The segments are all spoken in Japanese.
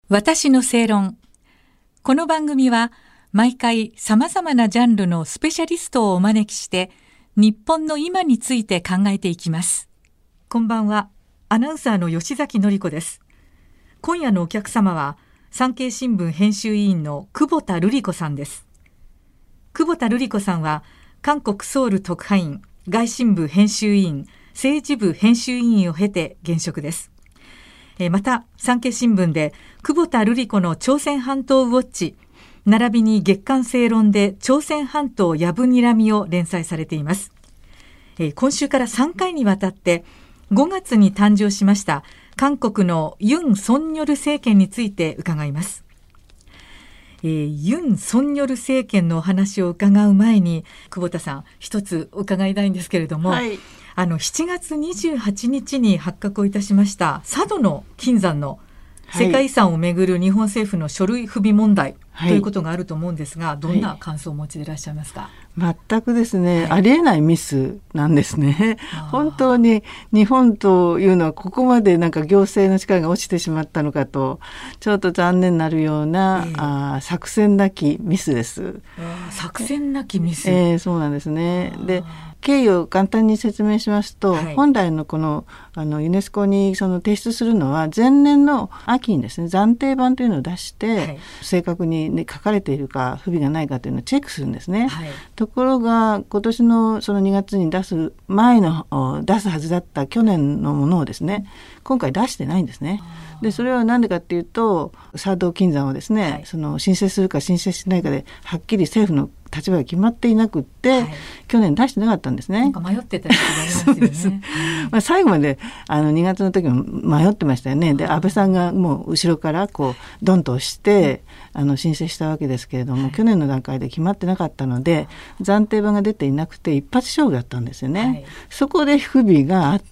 私の正論。この番組は毎回様々なジャンルのスペシャリストをお招きして日本の今について考えていきます。こんばんは、アナウンサーの吉崎紀子です。今夜のお客様は産経新聞編集委員の久保田瑠璃子さんです。久保田瑠璃子さんは韓国ソウル特派員、外信部編集委員、政治部編集委員を経て現職です。また産経新聞で久保田瑠璃子の朝鮮半島ウォッチ並びに月刊正論で朝鮮半島やぶにらみを連載されています。今週から3回にわたって5月に誕生しました韓国のユン・ソンニョル政権について伺います。ユン・ソンニョル政権のお話を伺う前に久保田さん一つ伺いたいんですけれども、 はい、 7月28日に発覚をいたしました佐渡の金山の世界遺産をめぐる日本政府の書類不備問題、ということがあると思うんですが、どんな感想をお持ちでいらっしゃいますか？ 全くですね、ありえないミスなんですね。本当に日本というのはここまでなんか行政の力が落ちてしまったのかとちょっと残念になるような、作戦なきミスです。 作戦なきミス、 そうなんですね。で、経緯を簡単に説明しますと、本来のこのユネスコにその提出するのは前年の秋にですね、暫定版というのを出して、正確に、書かれているか不備がないかというのをチェックするんですね。ところが今年のその2月に出す前の出すはずだった去年のものをですね、今回出してないんですね。でそれは何でかっていうと、佐渡金山をですね、その申請するか申請しないかではっきり政府の立場が決まっていなくって、去年出してなかったんですね。 なんか迷ってたりするんですよね。 最後まで2月の時も迷ってましたよね。で安倍さんがもう後ろからこうドンと押して申請したわけですけれども、去年の段階で決まってなかったので暫定版が出ていなくて一発勝負だったんですよね。そこで不備があって、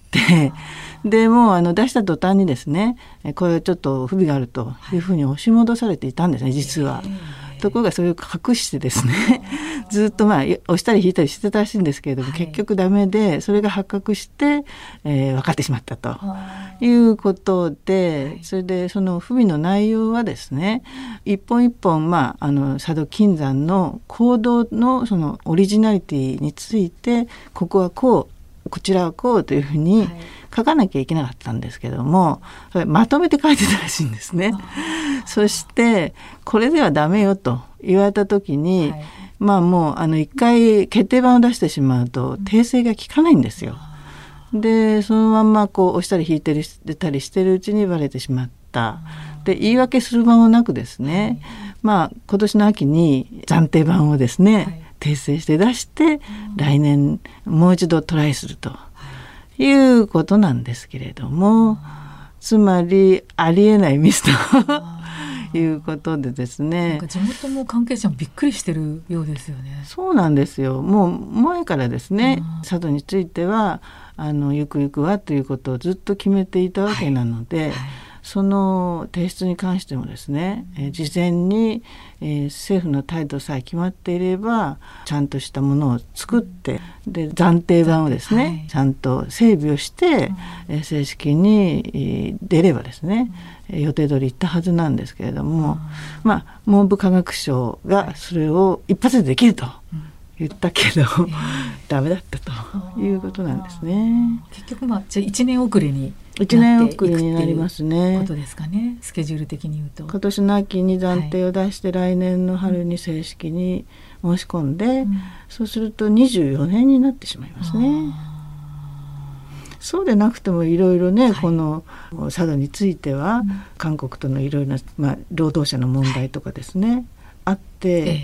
でもう出した途端にですね、これちょっと不備があるというふうに押し戻されていたんですね、実は。ところがそれを隠してですね、ずっと押したり引いたりしてたらしいんですけれども、結局ダメで、それが発覚して、分かってしまったということで、それでその不備の内容はですね、一本一本、佐渡金山の行動のそのオリジナリティについて、ここはこう、こちらはこうというふうに書かなきゃいけなかったんですけども、それまとめて書いてたらしいんですね。そしてこれではダメよと言われた時に、もう一回決定版を出してしまうと訂正が効かないんですよ。でそのまんまこう押したり引いたりしてるうちにバレてしまった。で言い訳する間もなくですね、今年の秋に暫定版をですね、訂正して出して、来年もう一度トライするということなんですけれども、つまりありえないミスということでですね、 なんか地元も関係者もびっくりしてるようですよね。 そうなんですよ。もう前からですね、佐渡についてはゆくゆくはということをずっと決めていたわけなので、その提出に関してもですね、事前に、政府の態度さえ決まっていればちゃんとしたものを作って、で暫定版をですね、ちゃんと整備をして、正式に、出ればですね、予定通り行ったはずなんですけれども、文部科学省がそれを一発でできると言ったけど、ダメだったということなんですね。 結局じゃあ1年遅れに 1年遅れになりますね。 ことですかね、スケジュール的に言うと。 今年の秋に暫定を出して、来年の春に正式に申し込んで、そうすると24年になってしまいますね。そうでなくてもいろいろね、この佐渡については、韓国とのいろいろな、労働者の問題とかですね、あって、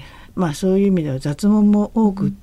そういう意味では雑問も多くって、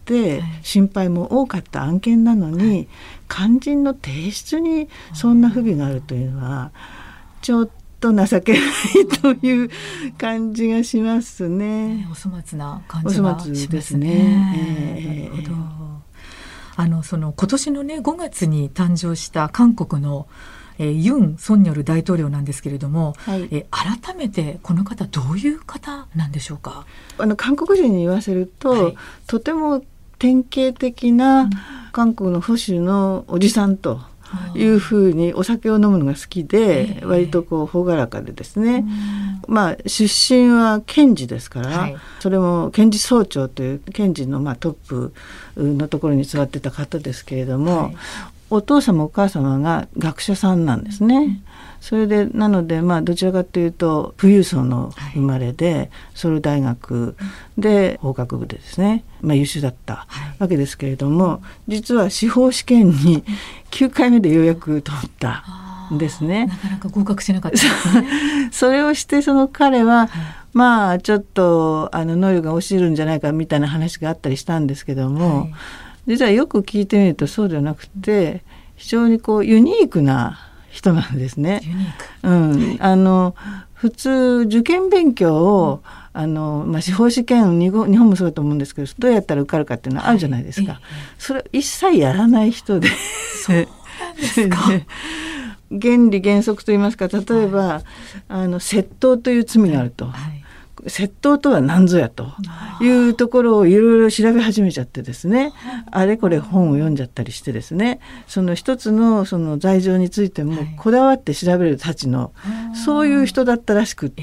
心配も多かった案件なのに、肝心の提出にそんな不備があるというのはちょっと情けないという感じがしますね。 お粗末な感じがしますね。なるほど。その今年のね5月に誕生した韓国のユン・ソンニョル大統領なんですけれども、改めてこの方どういう方なんでしょうか？ 韓国人に言わせると、とても典型的な韓国の保守のおじさんというふうにお酒を飲むのが好きで、割とこう朗らかでですね、出身は検事ですから、それも検事総長という検事のトップのところに座ってた方ですけれども、お父様お母様が学者さんなんですね。それでなのでどちらかというと富裕層の生まれで、ソウル大学で法学部でですね、優秀だったわけですけれども、実は司法試験に9回目でようやく通ったんですね。 なかなか合格しなかったですね。 それをしてその彼は、ちょっと能力が落ちるんじゃないかみたいな話があったりしたんですけども、実はよく聞いてみるとそうではなくて、非常にユニークな人なんですね。普通受験勉強を司法試験日本もそうだと思うんですけど、どうやったら受かるかっていうのはあるじゃないですか。それを一切やらない人でそうなんですか。 原理原則といいますか、例えば窃盗という罪があると、窃盗とは何ぞやというところをいろいろ調べ始めちゃってですね、あれこれ本を読んじゃったりしてですね、その一つのその罪状についてもこだわって調べるたちの、そういう人だったらしくって、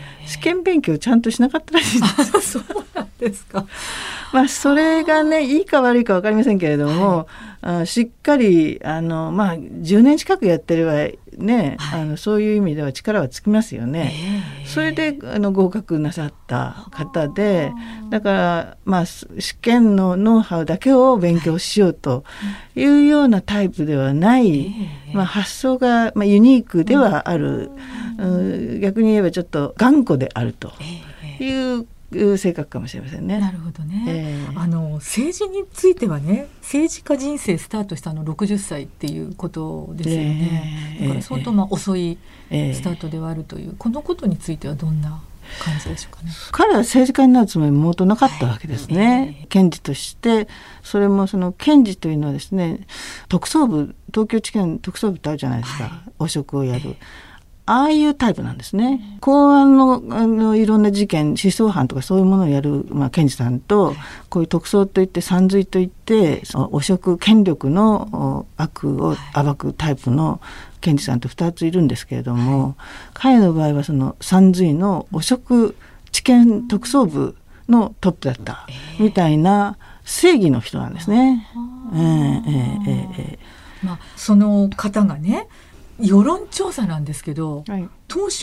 試験勉強ちゃんとしなかったらしいんです。 そうなんですか。 それがね、いいか悪いか分かりませんけれども、しっかり10年近くやってればね、そういう意味では力はつきますよね。それで合格なさった方で、だから試験のノウハウだけを勉強しようというようなタイプではない、発想がユニークではある、逆に言えばちょっと頑固であるという性格かもしれませんね。 なるほどね。政治についてはね、政治家人生スタートした60歳っていうことですよね。だから相当遅いスタートではあるという、このことについてはどんな感じでしょうかね。 彼は政治家になるつもりもとなかったわけですね。検事として、それもその検事というのはですね、特捜部、東京地検特捜部ってあるじゃないですか、汚職をやる。ああいうタイプなんですね。公安のいろんな事件、思想犯とかそういうものをやる、検事さんと、こういう特捜といって参随といって汚職、権力の悪を暴くタイプの検事さんと2ついるんですけれども、彼の場合はその参随の汚職地検特捜部のトップだったみたいな正義の人なんですね。 その方がね、世論調査なんですけど、当初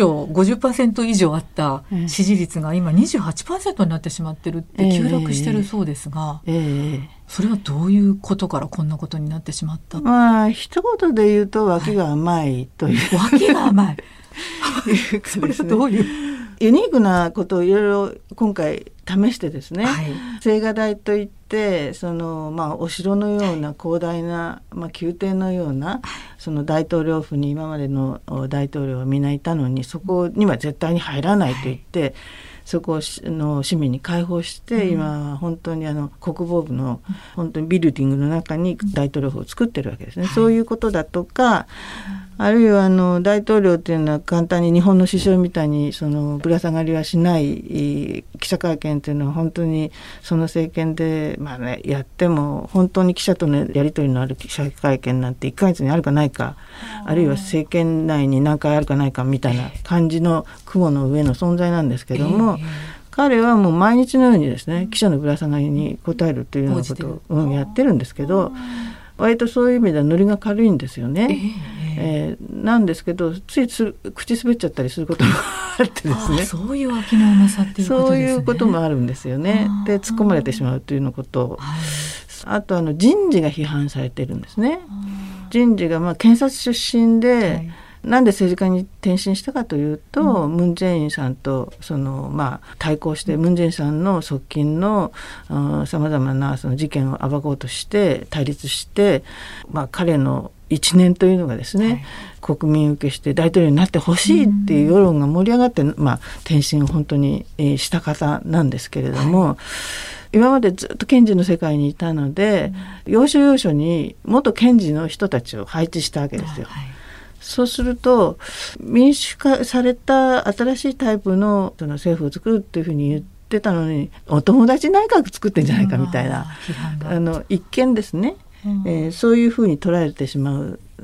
50% 以上あった支持率が今 28% になってしまってるって急落してるそうですが、それはどういうことからこんなことになってしまった？ 一言で言うと脇が甘いという、 脇が甘いそれはどういうユニークなことをいろいろ今回試してですね、青瓦台といってその、お城のような広大な、宮廷のようなその大統領府に今までの大統領はみんないたのに、そこには絶対に入らないと言って、そこの市民に開放して、今本当に国防部の本当にビルディングの中に大統領府を作ってるわけですね。そういうことだとか、あるいは大統領というのは簡単に日本の首相みたいにぶら下がりはしない記者会見というのは本当にその政権で、やっても本当に記者とのやり取りのある記者会見なんて1ヶ月にあるかないか、あるいは政権内に何回あるかないかみたいな感じの雲の上の存在なんですけども、彼はもう毎日のようにですね、記者のぶら下がりに答えるというようなことをやってるんですけど、割とそういう意味ではノリが軽いんですよね。なんですけど、つい口滑っちゃったりすることもあってですね。 そういう脇の甘さっていうことですね。 そういうこともあるんですよね。で、突っ込まれてしまうというようなこと、あと人事が批判されてるんですね。人事が検察出身で、なんで政治家に転身したかというと、ムン・ジェインさんと対抗して、ムン・ジェインさんの側近のさまざまなその事件を暴こうとして対立して、彼の一年というのがですね、国民受けして大統領になってほしいっていう世論が盛り上がって、転身を本当にした方なんですけれども、今までずっと検事の世界にいたので、要所要所に元検事の人たちを配置したわけですよ。そうすると民主化された新しいタイプの政府を作るっていうふうに言ってたのに、お友達内閣作ってんじゃないかみたいな、一見ですね、そういうふうに捉えてしまう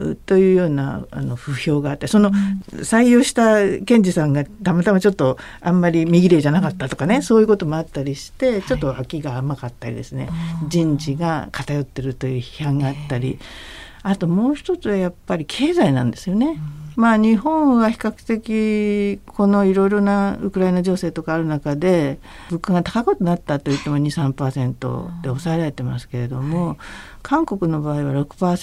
というような不評があって、その採用した検事さんがたまたまちょっとあんまり見綺麗じゃなかったとかね、そういうこともあったりしてちょっと脇が甘かったりですね、人事が偏ってるという批判があったり、あともう一つはやっぱり経済なんですよね。日本は比較的このいろいろなウクライナ情勢とかある中で物価が高くなったといっても 2,3% で抑えられてますけれども、韓国の場合は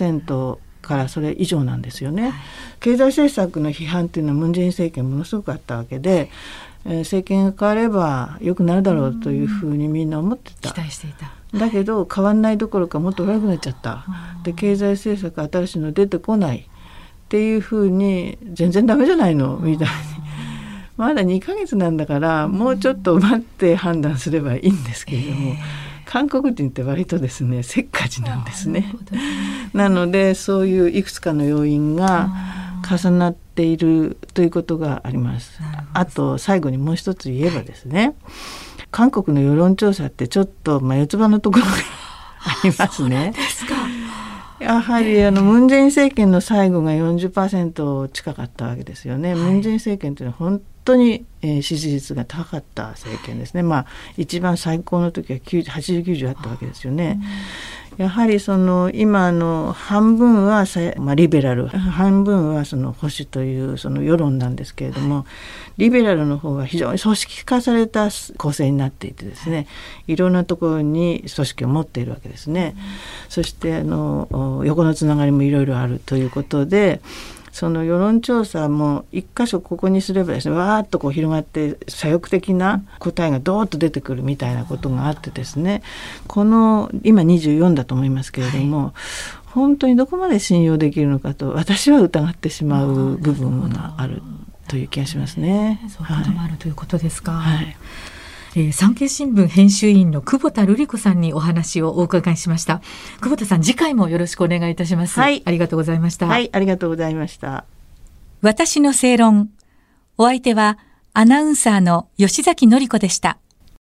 6% からそれ以上なんですよね。経済政策の批判っていうのはムン・ジェイン政権ものすごくあったわけで、政権が変われば良くなるだろうというふうにみんな思ってた。 期待していた。だけど変わんないどころかもっと悪くなっちゃった。で経済政策新しいの出てこないっていうふうに、全然ダメじゃないのみたいに、まだ2ヶ月なんだからもうちょっと待って判断すればいいんですけれども、韓国人って割とですねせっかちなんですね。なのでそういういくつかの要因が重なっているということがあります。あと最後にもう一つ言えばですね、韓国の世論調査ってちょっと四つ葉のところがありますね。 そうですか。 やはりムン・ジェイン政権の最後が 40% 近かったわけですよね。ムン・ジェイン政権というのは本当に支持率が高かった政権ですね。一番最高の時は80、90あったわけですよね。やはり今の半分はリベラル、半分はその保守というその世論なんですけれども、リベラルの方は非常に組織化された構成になっていてですね、いろんなところに組織を持っているわけですね。そして横のつながりもいろいろあるということで、その世論調査も一箇所ここにすればですね、わーっとこう広がって左翼的な答えがドーッと出てくるみたいなことがあってですね、この今24だと思いますけれども、本当にどこまで信用できるのかと私は疑ってしまう部分があるという気がしますね。 そういうこともあるということですか。 はい。 産経新聞編集員の久保田瑠璃子さんにお話をお伺いしました。久保田さん、次回もよろしくお願いいたします。はい、ありがとうございました。 はい、ありがとうございました。 私の正論。お相手はアナウンサーの吉崎典子でした。